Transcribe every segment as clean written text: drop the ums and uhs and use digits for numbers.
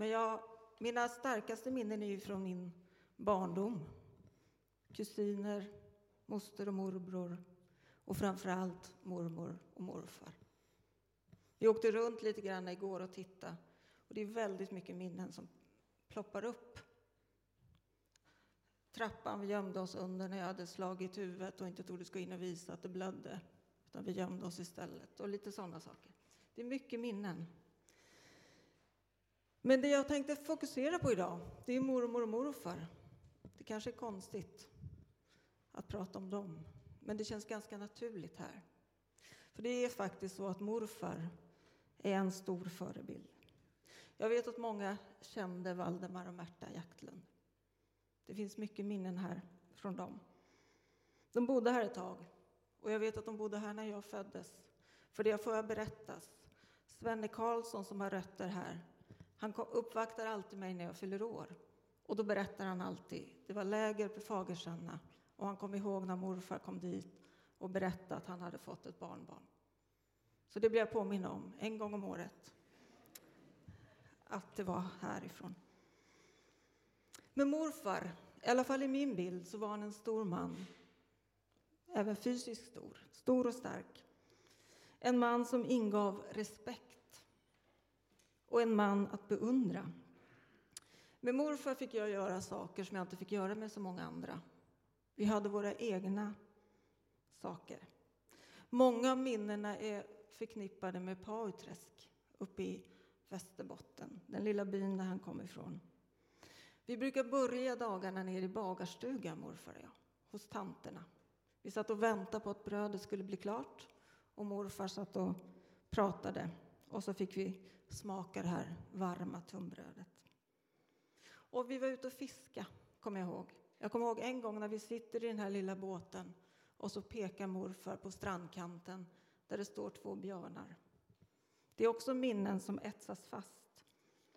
Men mina starkaste minnen är ju från min barndom. Kusiner, moster och morbror och framförallt mormor och morfar. Vi åkte runt lite grann igår och tittade. Och det är väldigt mycket minnen som ploppar upp. Trappan vi gömde oss under när jag hade slagit huvudet och inte trodde det skulle in och visa att det blödde. Utan vi gömde oss istället och lite sådana saker. Det är mycket minnen. Men det jag tänkte fokusera på idag, det är mormor och morfar. Det kanske är konstigt att prata om dem. Men det känns ganska naturligt här. För det är faktiskt så att morfar är en stor förebild. Jag vet att många kände Valdemar och Märta Jaktlund. Det finns mycket minnen här från dem. De bodde här ett tag. Och jag vet att de bodde här när jag föddes. För det får jag berättas. Svenne Karlsson som har rötter här. Han uppvaktar alltid mig när jag fyller år. Och då berättar han alltid. Det var läger på Fagersanna. Och han kom ihåg när morfar kom dit. Och berättade att han hade fått ett barnbarn. Så det blir jag påminna om. En gång om året. Att det var härifrån. Men morfar, i alla fall i min bild, så var han en stor man. Även fysiskt stor. Stor och stark. En man som ingav respekt. Och en man att beundra. Med morfar fick jag göra saker som jag inte fick göra med så många andra. Vi hade våra egna saker. Många av minnena är förknippade med Pauträsk uppe i Västerbotten. Den lilla byn där han kom ifrån. Vi brukar börja dagarna nere i bagarstugan, morfar och jag. Hos tanterna. Vi satt och väntade på att brödet skulle bli klart. Och morfar satt och pratade. Och så fick vi smaka det här varma tunnbrödet. Och vi var ute och fiska, kommer jag ihåg. Jag kommer ihåg en gång när vi sitter i den här lilla båten. Och så pekar morfar på strandkanten där det står 2 björnar. Det är också minnen som etsas fast.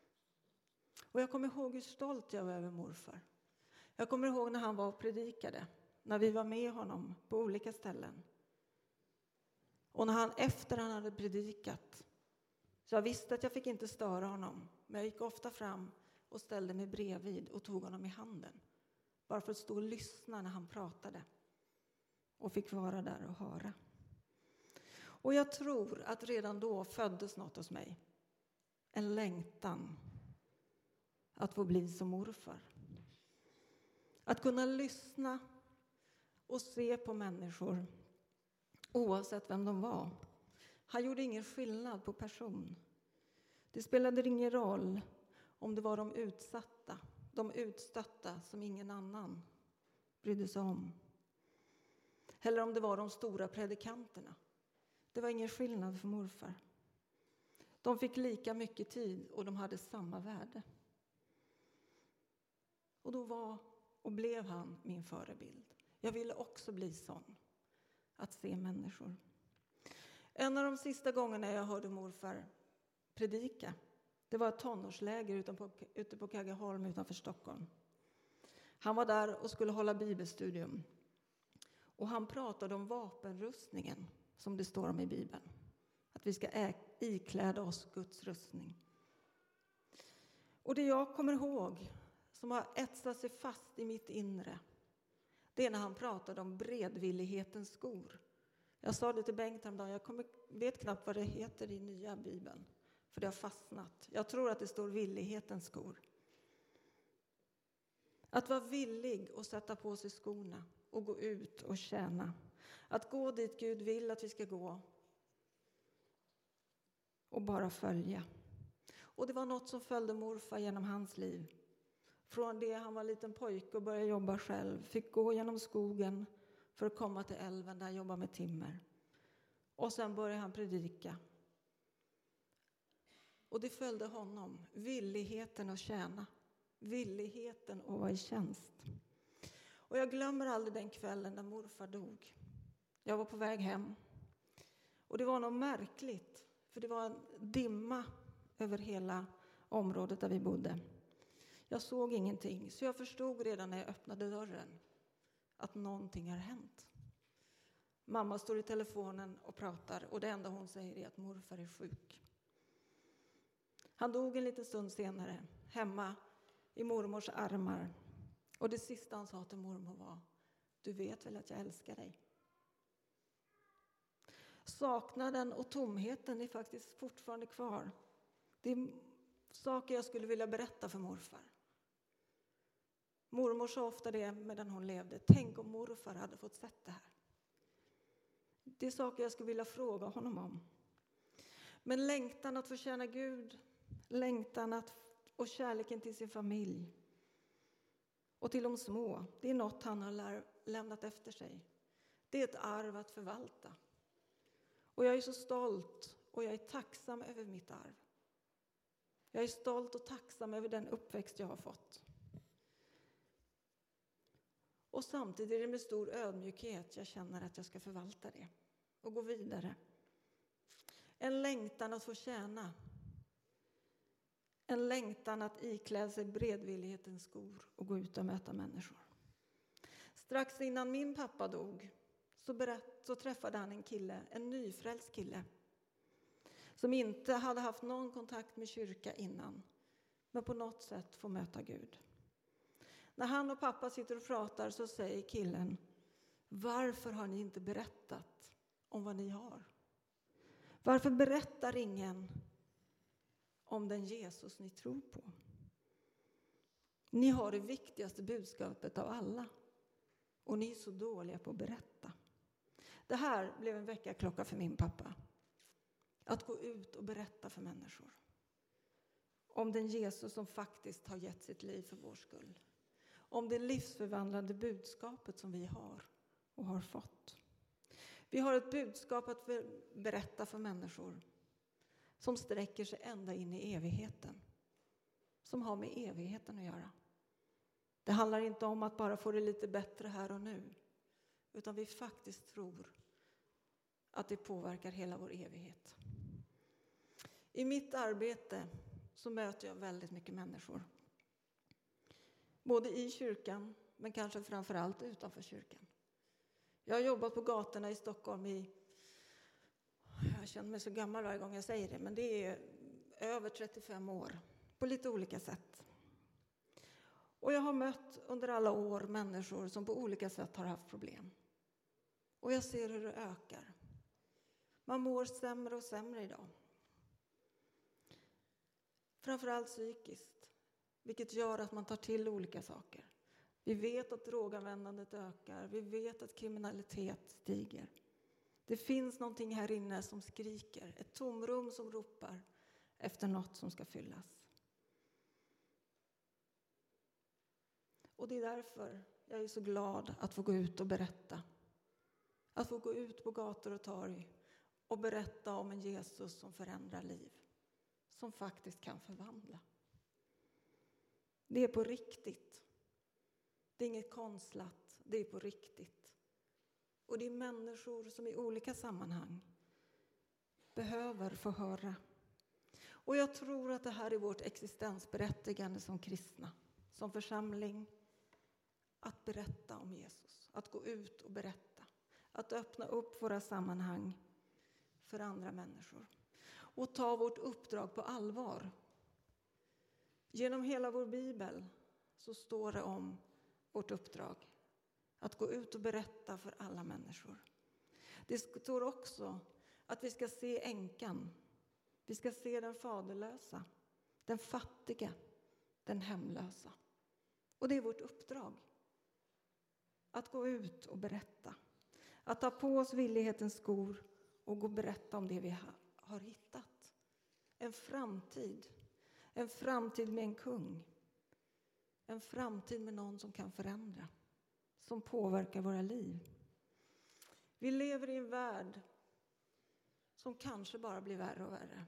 Och jag kommer ihåg hur stolt jag var över morfar. Jag kommer ihåg när han var och predikade. När vi var med honom på olika ställen. Och när han efter han hade predikat. Så jag visste att jag fick inte störa honom. Men jag gick ofta fram och ställde mig bredvid och tog honom i handen. Bara för att stå och lyssna när han pratade. Och fick vara där och höra. Och jag tror att redan då föddes något hos mig. En längtan att få bli som morfar. Att kunna lyssna och se på människor oavsett vem de var. Han gjorde ingen skillnad på person. Det spelade ingen roll om det var de utstötta som ingen annan brydde sig om. Eller om det var de stora predikanterna. Det var ingen skillnad för morfar. De fick lika mycket tid och de hade samma värde. Och då blev han min förebild. Jag ville också bli sån. Att se människor. En av de sista gångerna jag hörde morfar predika. Det var ett tonårsläger ute på Kaggeholm utanför Stockholm. Han var där och skulle hålla bibelstudium. Och han pratade om vapenrustningen som det står om i Bibeln. Att vi ska ikläda oss Guds rustning. Och det jag kommer ihåg som har etsat sig fast i mitt inre. Det är när han pratade om bredvillighetens skor. Jag sa det till Bengt häromdagen. Jag vet knappt vad det heter i nya Bibeln. För det har fastnat. Jag tror att det står villighetens skor. Att vara villig och sätta på sig skorna. Och gå ut och tjäna. Att gå dit Gud vill att vi ska gå. Och bara följa. Och det var något som följde morfar genom hans liv. Från det han var liten pojke och började jobba själv. Fick gå genom skogen för att komma till älven där han jobbade med timmer. Och sen började han predika. Och det följde honom. Villigheten att tjäna. Villigheten att vara i tjänst. Och jag glömmer aldrig den kvällen när morfar dog. Jag var på väg hem. Och det var nog märkligt. För det var en dimma över hela området där vi bodde. Jag såg ingenting. Så jag förstod redan när jag öppnade dörren. Att någonting har hänt. Mamma står i telefonen och pratar. Och det enda hon säger är att morfar är sjuk. Han dog en liten stund senare. hemma i mormors armar. Och det sista han sa till mormor var: du vet väl att jag älskar dig? Saknaden och tomheten är faktiskt fortfarande kvar. Det är saker jag skulle vilja berätta för morfar. Mormor sa ofta det medan hon levde: tänk om morfar hade fått sett det här. Det är saker jag skulle vilja fråga honom om. Men längtan att få känna Gud, längtan och kärleken till sin familj och till de små, det är något han har lämnat efter sig. Det är ett arv att förvalta. Och jag är så stolt och jag är tacksam över mitt arv. Jag är stolt och tacksam över den uppväxt jag har fått. Och samtidigt är det med stor ödmjukhet jag känner att jag ska förvalta det och gå vidare. En längtan att få tjäna. En längtan att iklä sig beredvillighetens skor och gå ut och möta människor. Strax innan min pappa dog så träffade han en nyfrälst kille. Som inte hade haft någon kontakt med kyrka innan. Men på något sätt får möta Gud. När han och pappa sitter och pratar så säger killen: varför har ni inte berättat om vad ni har? Varför berättar ingen om den Jesus ni tror på? Ni har det viktigaste budskapet av alla. Och ni är så dåliga på att berätta. Det här blev en väckarklocka för min pappa. Att gå ut och berätta för människor. Om den Jesus som faktiskt har gett sitt liv för vår skull. Om det livsförvandlande budskapet som vi har och har fått. Vi har ett budskap att berätta för människor som sträcker sig ända in i evigheten. Som har med evigheten att göra. Det handlar inte om att bara få det lite bättre här och nu. Utan vi faktiskt tror att det påverkar hela vår evighet. I mitt arbete så möter jag väldigt mycket människor. Både i kyrkan, men kanske framförallt utanför kyrkan. Jag har jobbat på gatorna i Stockholm jag känner mig så gammal varje gång jag säger det, men det är över 35 år. På lite olika sätt. Och jag har mött under alla år människor som på olika sätt har haft problem. Och jag ser hur det ökar. Man mår sämre och sämre idag. Framförallt psykiskt. Vilket gör att man tar till olika saker. Vi vet att droganvändandet ökar. Vi vet att kriminalitet stiger. Det finns någonting här inne som skriker. Ett tomrum som ropar efter något som ska fyllas. Och det är därför jag är så glad att få gå ut och berätta. Att få gå ut på gator och torg och berätta om en Jesus som förändrar liv. Som faktiskt kan förvandla. Det är på riktigt. Det är inget konstlat. Det är på riktigt. Och det är människor som i olika sammanhang behöver få höra. Och jag tror att det här är vårt existensberättigande som kristna. Som församling. Att berätta om Jesus. Att gå ut och berätta. Att öppna upp våra sammanhang för andra människor. Och ta vårt uppdrag på allvar. Genom hela vår bibel så står det om vårt uppdrag. Att gå ut och berätta för alla människor. Det står också att vi ska se änkan. Vi ska se den faderlösa. Den fattiga. Den hemlösa. Och det är vårt uppdrag. Att gå ut och berätta. Att ta på oss villighetens skor och gå och berätta om det vi har hittat. En framtid. En framtid med en kung. En framtid med någon som kan förändra. Som påverkar våra liv. Vi lever i en värld som kanske bara blir värre och värre.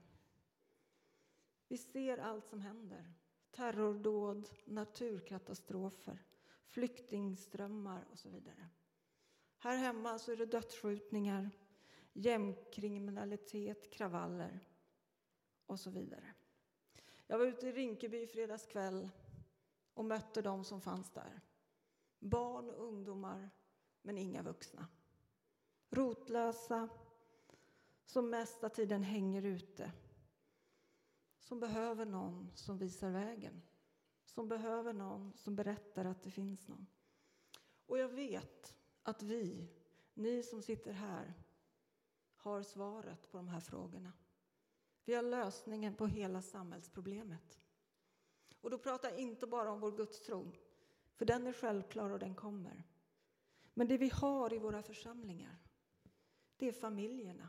Vi ser allt som händer. Terrordåd, naturkatastrofer, flyktingströmmar och så vidare. Här hemma så är det dödsskjutningar, gängkriminalitet, kravaller och så vidare. Jag var ute i Rinkeby fredagskväll och mötte de som fanns där. Barn och ungdomar, men inga vuxna. Rotlösa, som mesta tiden hänger ute. Som behöver någon som visar vägen. som behöver någon som berättar att det finns någon. Och jag vet att ni som sitter här, har svaret på de här frågorna. Vi har lösningen på hela samhällsproblemet. Och då pratar jag inte bara om vår gudstro, för den är självklar och den kommer. Men det vi har i våra församlingar, det är familjerna.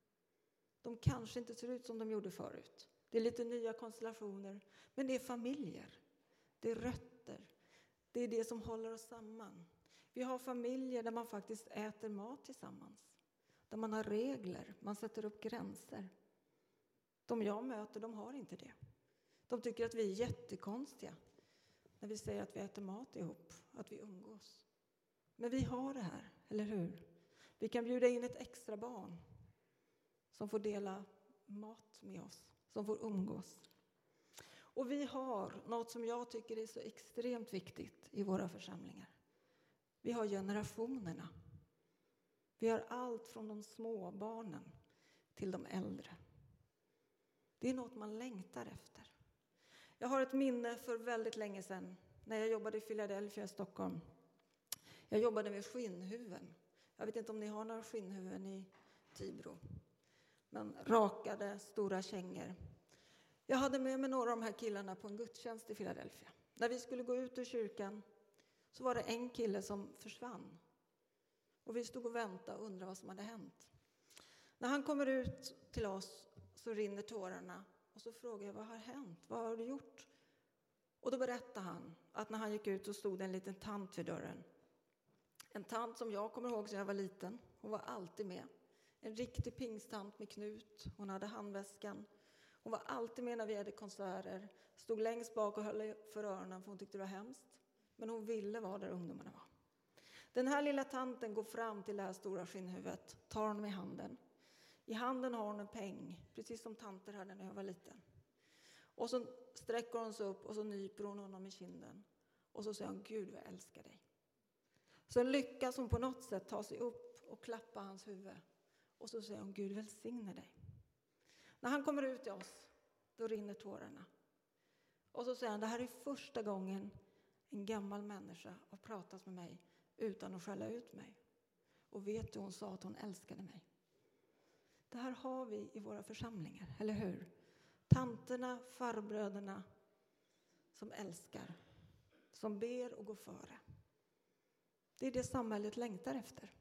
De kanske inte ser ut som de gjorde förut. Det är lite nya konstellationer, men det är familjer. Det är rötter. Det är det som håller oss samman. Vi har familjer där man faktiskt äter mat tillsammans. Där man har regler, man sätter upp gränser. De jag möter, de har inte det. De tycker att vi är jättekonstiga när vi säger att vi äter mat ihop, att vi umgås. Men vi har det här, eller hur? Vi kan bjuda in ett extra barn som får dela mat med oss, som får umgås. Och vi har något som jag tycker är så extremt viktigt i våra församlingar. Vi har generationerna. Vi har allt från de små barnen till de äldre. Det är något man längtar efter. Jag har ett minne för väldigt länge sedan när jag jobbade i Philadelphia i Stockholm. Jag jobbade med skinnhuven. Jag vet inte om ni har några skinnhuven i Tibro. Men rakade, stora kängor. Jag hade med mig några av de här killarna på en gudstjänst i Philadelphia. När vi skulle gå ut ur kyrkan så var det en kille som försvann. Och vi stod och väntade och undrade vad som hade hänt. När han kommer ut till oss så rinner tårarna. Och så frågar jag, vad har hänt? Vad har du gjort? Och då berättade han att när han gick ut så stod en liten tant vid dörren. En tant som jag kommer ihåg sedan jag var liten. Hon var alltid med. En riktig pingstant med knut. Hon hade handväskan. Hon var alltid med när vi hade konserter. Stod längst bak och höll för öronen för hon tyckte det var hemskt. Men hon ville vara där ungdomarna var. Den här lilla tanten går fram till det här stora skinnhuvudet. Tar honom i handen. I handen har hon en peng. Precis som tanter hade när jag var liten. Och så sträcker hon sig upp och så nyper hon honom i kinden. Och så säger hon, Gud vad jag älskar dig. Så lyckas hon på något sätt ta sig upp och klappa hans huvud. Och så säger hon, Gud välsigne dig. När han kommer ut till oss, då rinner tårarna. Och så säger han, det här är första gången en gammal människa har pratat med mig utan att skälla ut mig. Och vet du, hon sa att hon älskade mig. Det här har vi i våra församlingar, eller hur? Tanterna, farbröderna som älskar, som ber och går före. Det är det samhället längtar efter.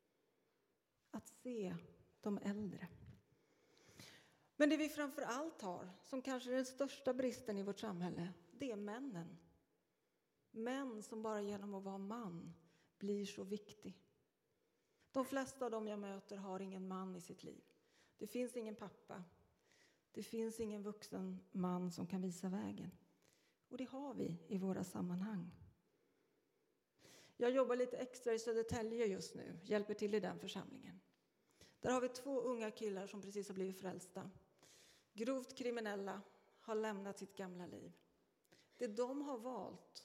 Att se de äldre. Men det vi framför allt har, som kanske är den största bristen i vårt samhälle, det är männen. Män som bara genom att vara man blir så viktig. De flesta av dem jag möter har ingen man i sitt liv. Det finns ingen pappa. Det finns ingen vuxen man som kan visa vägen. Och det har vi i våra sammanhang. Jag jobbar lite extra i Södertälje just nu. Hjälper till i den församlingen. Där har vi 2 unga killar som precis har blivit frälsta. Grovt kriminella, har lämnat sitt gamla liv. Det de har valt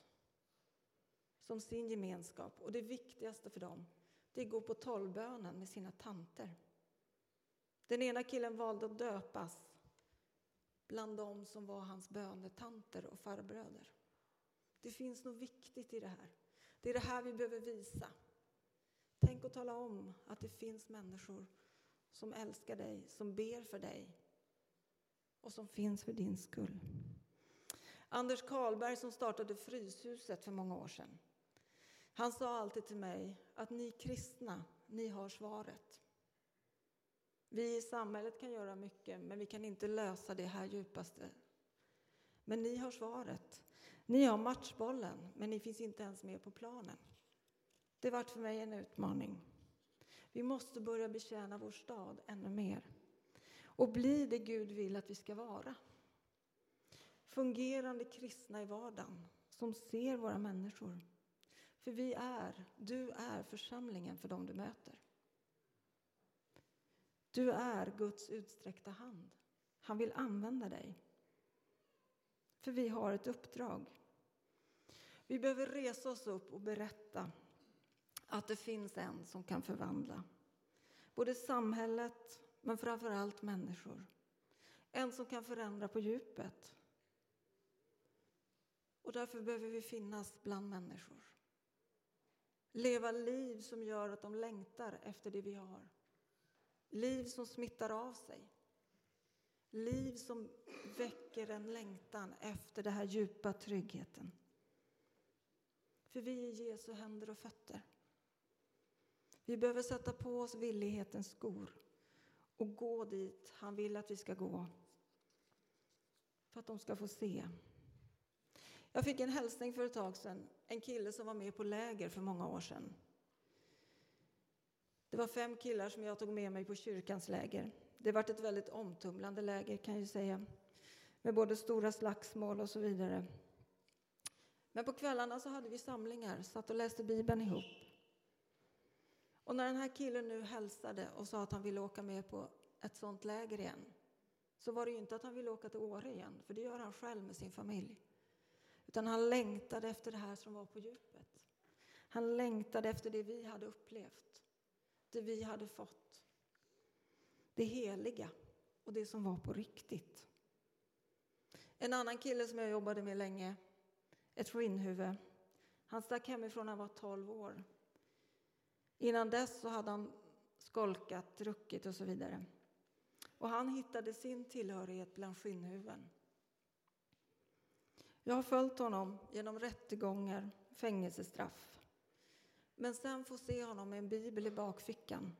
som sin gemenskap och det viktigaste för dem, det är att gå på 12-bönen med sina tanter. Den ena killen valde att döpas bland de som var hans bönetanter och farbröder. Det finns något viktigt i det här. Det är det här vi behöver visa. Tänk att tala om att det finns människor som älskar dig, som ber för dig och som finns för din skull. Anders Karlberg som startade Fryshuset för många år sedan. Han sa alltid till mig att ni kristna, ni har svaret. Vi i samhället kan göra mycket, men vi kan inte lösa det här djupaste. Men ni har svaret. Ni har matchbollen, men ni finns inte ens med på planen. Det var för mig en utmaning. Vi måste börja betjäna vår stad ännu mer. Och bli det Gud vill att vi ska vara. Fungerande kristna i vardagen som ser våra människor. För du är församlingen för dem du möter. Du är Guds utsträckta hand. Han vill använda dig. För vi har ett uppdrag. Vi behöver resa oss upp och berätta att det finns en som kan förvandla. Både samhället men framförallt människor. En som kan förändra på djupet. Och därför behöver vi finnas bland människor. Leva liv som gör att de längtar efter det vi har. Liv som smittar av sig. Liv som väcker en längtan efter den här djupa tryggheten. För vi är Jesu händer och fötter. Vi behöver sätta på oss villighetens skor och gå dit han vill att vi ska gå. För att de ska få se. Jag fick en hälsning för ett tag sedan. En kille som var med på läger för många år sedan. Det var 5 killar som jag tog med mig på kyrkans läger. Det var ett väldigt omtumlande läger kan jag säga. Med både stora slagsmål och så vidare. Men på kvällarna så hade vi samlingar. Satt och läste Bibeln ihop. Och när den här killen nu hälsade och sa att han ville åka med på ett sånt läger igen. Så var det ju inte att han ville åka till Åre igen. För det gör han själv med sin familj. Utan han längtade efter det här som var på djupet. Han längtade efter det vi hade upplevt. Det vi hade fått. Det heliga och det som var på riktigt. En annan kille som jag jobbade med länge. Ett skinnhuvud. Han stack hemifrån när han var 12 år. Innan dess så hade han skolkat, druckit och så vidare. Och han hittade sin tillhörighet bland skinnhuven. Jag har följt honom genom rättegångar, fängelsestraff. Men sen får se honom med en bibel i bakfickan.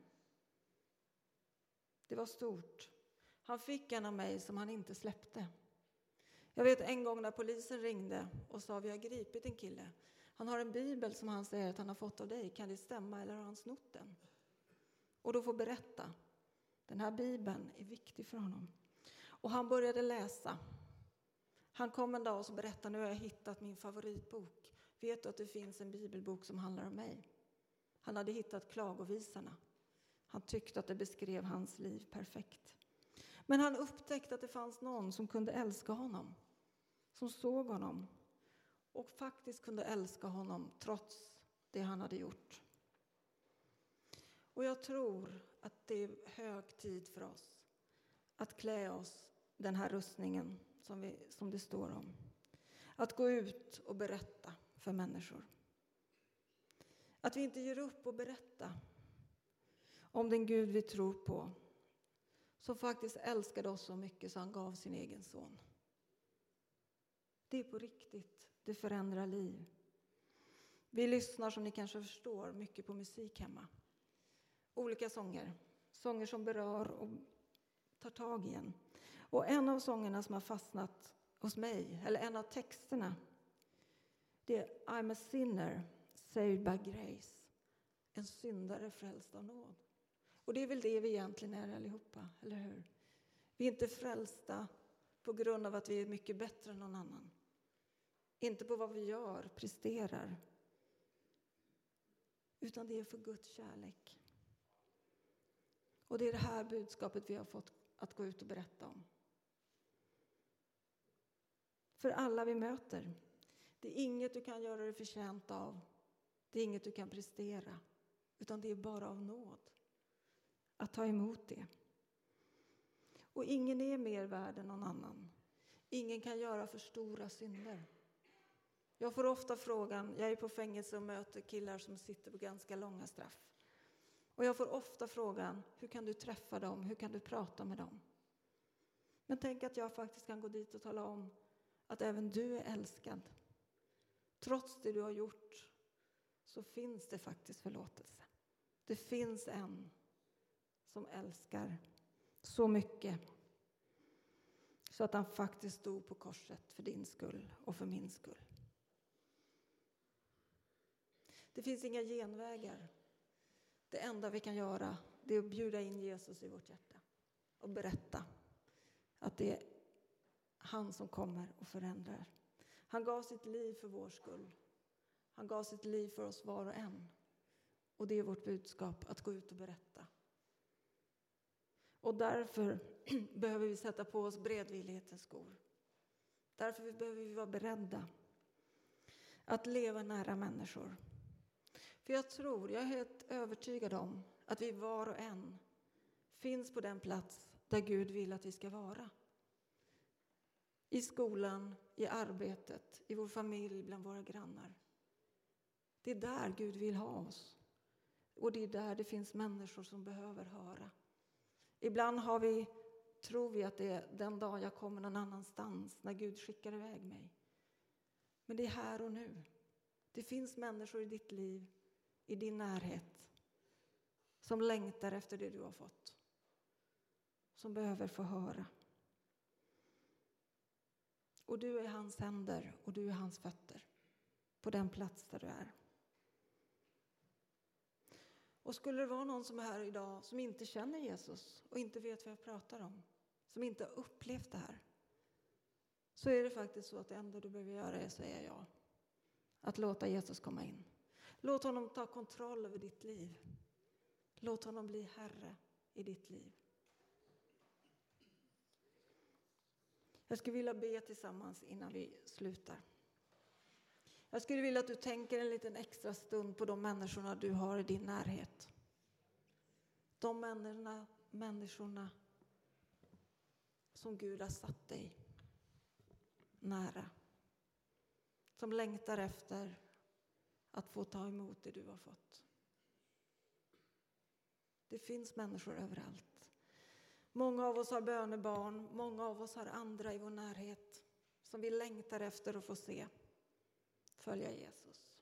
Det var stort. Han fick en av mig som han inte släppte. Jag vet en gång när polisen ringde och sa vi har gripit en kille. Han har en bibel som han säger att han har fått av dig. Kan det stämma eller har han snott den? Och då får berätta. Den här bibeln är viktig för honom. Och han började läsa. Han kom en dag och så berättade, nu har jag hittat min favoritbok. Vet du att det finns en bibelbok som handlar om mig? Han hade hittat klagovisarna. Han tyckte att det beskrev hans liv perfekt. Men han upptäckte att det fanns någon som kunde älska honom. Som såg honom. Och faktiskt kunde älska honom trots det han hade gjort. Och jag tror att det är hög tid för oss att klä oss den här rustningen som det står om. Att gå ut och berätta för människor. Att vi inte ger upp och berätta om den Gud vi tror på. Som faktiskt älskade oss så mycket så han gav sin egen son. Det är på riktigt. Det förändrar liv. Vi lyssnar som ni kanske förstår mycket på musik hemma. Olika sånger. Sånger som berör och tar tag i en. Och en av sångerna som har fastnat hos mig, eller en av texterna, det är I'm a sinner saved by grace. En syndare frälst av nåd. Och det är väl det vi egentligen är allihopa, eller hur? Vi är inte frälsta på grund av att vi är mycket bättre än någon annan. Inte på vad vi gör, presterar. Utan det är för Guds kärlek. Och det är det här budskapet vi har fått att gå ut och berätta om. För alla vi möter. Det är inget du kan göra dig förtjänt av. Det är inget du kan prestera. Utan det är bara av nåd. Att ta emot det. Och ingen är mer värd än någon annan. Ingen kan göra för stora synder. Jag får ofta frågan, jag är på fängelse och möter killar som sitter på ganska långa straff. Och jag får ofta frågan, hur kan du träffa dem? Hur kan du prata med dem? Men tänk att jag faktiskt kan gå dit och tala om att även du är älskad. Trots det du har gjort så finns det faktiskt förlåtelse. Det finns en som älskar så mycket. Så att han faktiskt stod på korset för din skull och för min skull. Det finns inga genvägar. Det enda vi kan göra det är att bjuda in Jesus i vårt hjärta. Och berätta att det är han som kommer och förändrar. Han gav sitt liv för vår skull. Han gav sitt liv för oss var och en. Och det är vårt budskap att gå ut och berätta. Och därför behöver vi sätta på oss beredvillighetens skor. Därför behöver vi vara beredda att leva nära människor. För jag är helt övertygad om att vi var och en finns på den plats där Gud vill att vi ska vara. i skolan, i arbetet, i vår familj, bland våra grannar. Det är där Gud vill ha oss. Och det är där det finns människor som behöver höra. Ibland tror vi att det är den dag jag kommer någon annanstans, när Gud skickar iväg mig. Men det är här och nu. Det finns människor i ditt liv, i din närhet, som längtar efter det du har fått. Som behöver få höra. Och du är hans händer och du är hans fötter. På den plats där du är. Och skulle det vara någon som är här idag som inte känner Jesus och inte vet vad jag pratar om, som inte har upplevt det här, så är det faktiskt så att det enda du behöver göra är att säga ja. Att låta Jesus komma in. Låt honom ta kontroll över ditt liv. Låt honom bli herre i ditt liv. Jag skulle vilja be tillsammans innan vi slutar. Jag skulle vilja att du tänker en liten extra stund på de människorna du har i din närhet. De människorna som Gud har satt dig nära. Som längtar efter att få ta emot det du har fått. Det finns människor överallt. Många av oss har bönebarn, många av oss har andra i vår närhet som vi längtar efter att få se följa Jesus.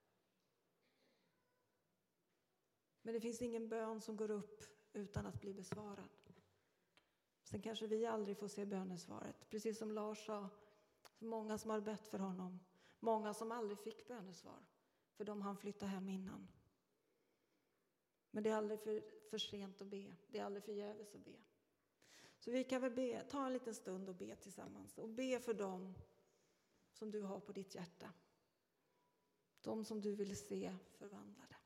Men det finns ingen bön som går upp utan att bli besvarad. Sen kanske vi aldrig får se bönesvaret. Precis som Lars sa, många som har bett för honom. Många som aldrig fick bönesvar, för de hann flytta hem innan. Men det är aldrig för sent att be. Det är aldrig förgäves att be. Så vi kan väl ta en liten stund och be tillsammans. Och be för dem som du har på ditt hjärta. De som du vill se förvandlade.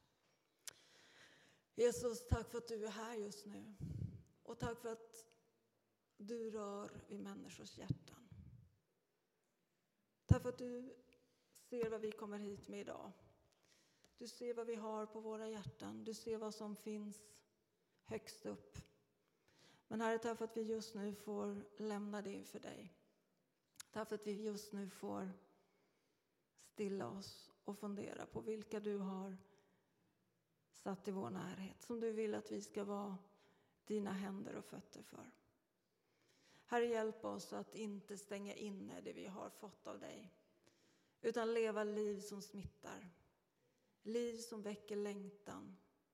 Jesus, tack för att du är här just nu. Och tack för att du rör vid människors hjärtan. Tack för att du ser vad vi kommer hit med idag. Du ser vad vi har på våra hjärtan. Du ser vad som finns högst upp. Men Herre, tack för att vi just nu får lämna det inför dig. Tack för att vi just nu får stilla oss och fundera på vilka du har satt i vår närhet. Som du vill att vi ska vara dina händer och fötter för. Herre, hjälp oss att inte stänga inne det vi har fått av dig. Utan leva liv som smittar. Liv som väcker längtan.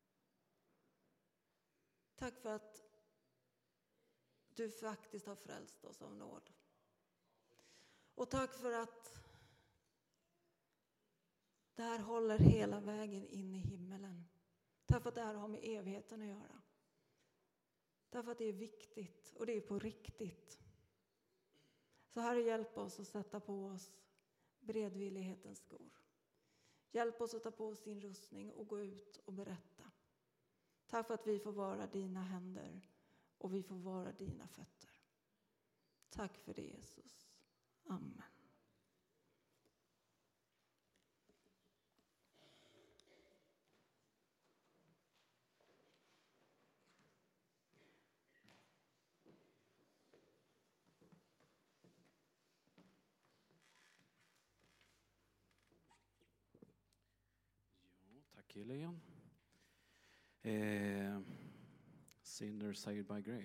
Tack för att du faktiskt har frälst oss av nåd. Och tack för att det här håller hela vägen in i himmelen. Tack för att det här har med evigheten att göra. Därför att det är viktigt och det är på riktigt. Så Herre, hjälp oss att sätta på oss beredvillighetens skor. Hjälp oss att ta på oss din rustning och gå ut och berätta. Tack för att vi får vara dina händer och vi får vara dina fötter. Tack för det, Jesus. Amen. Tack Helene. Sinner saved by grace.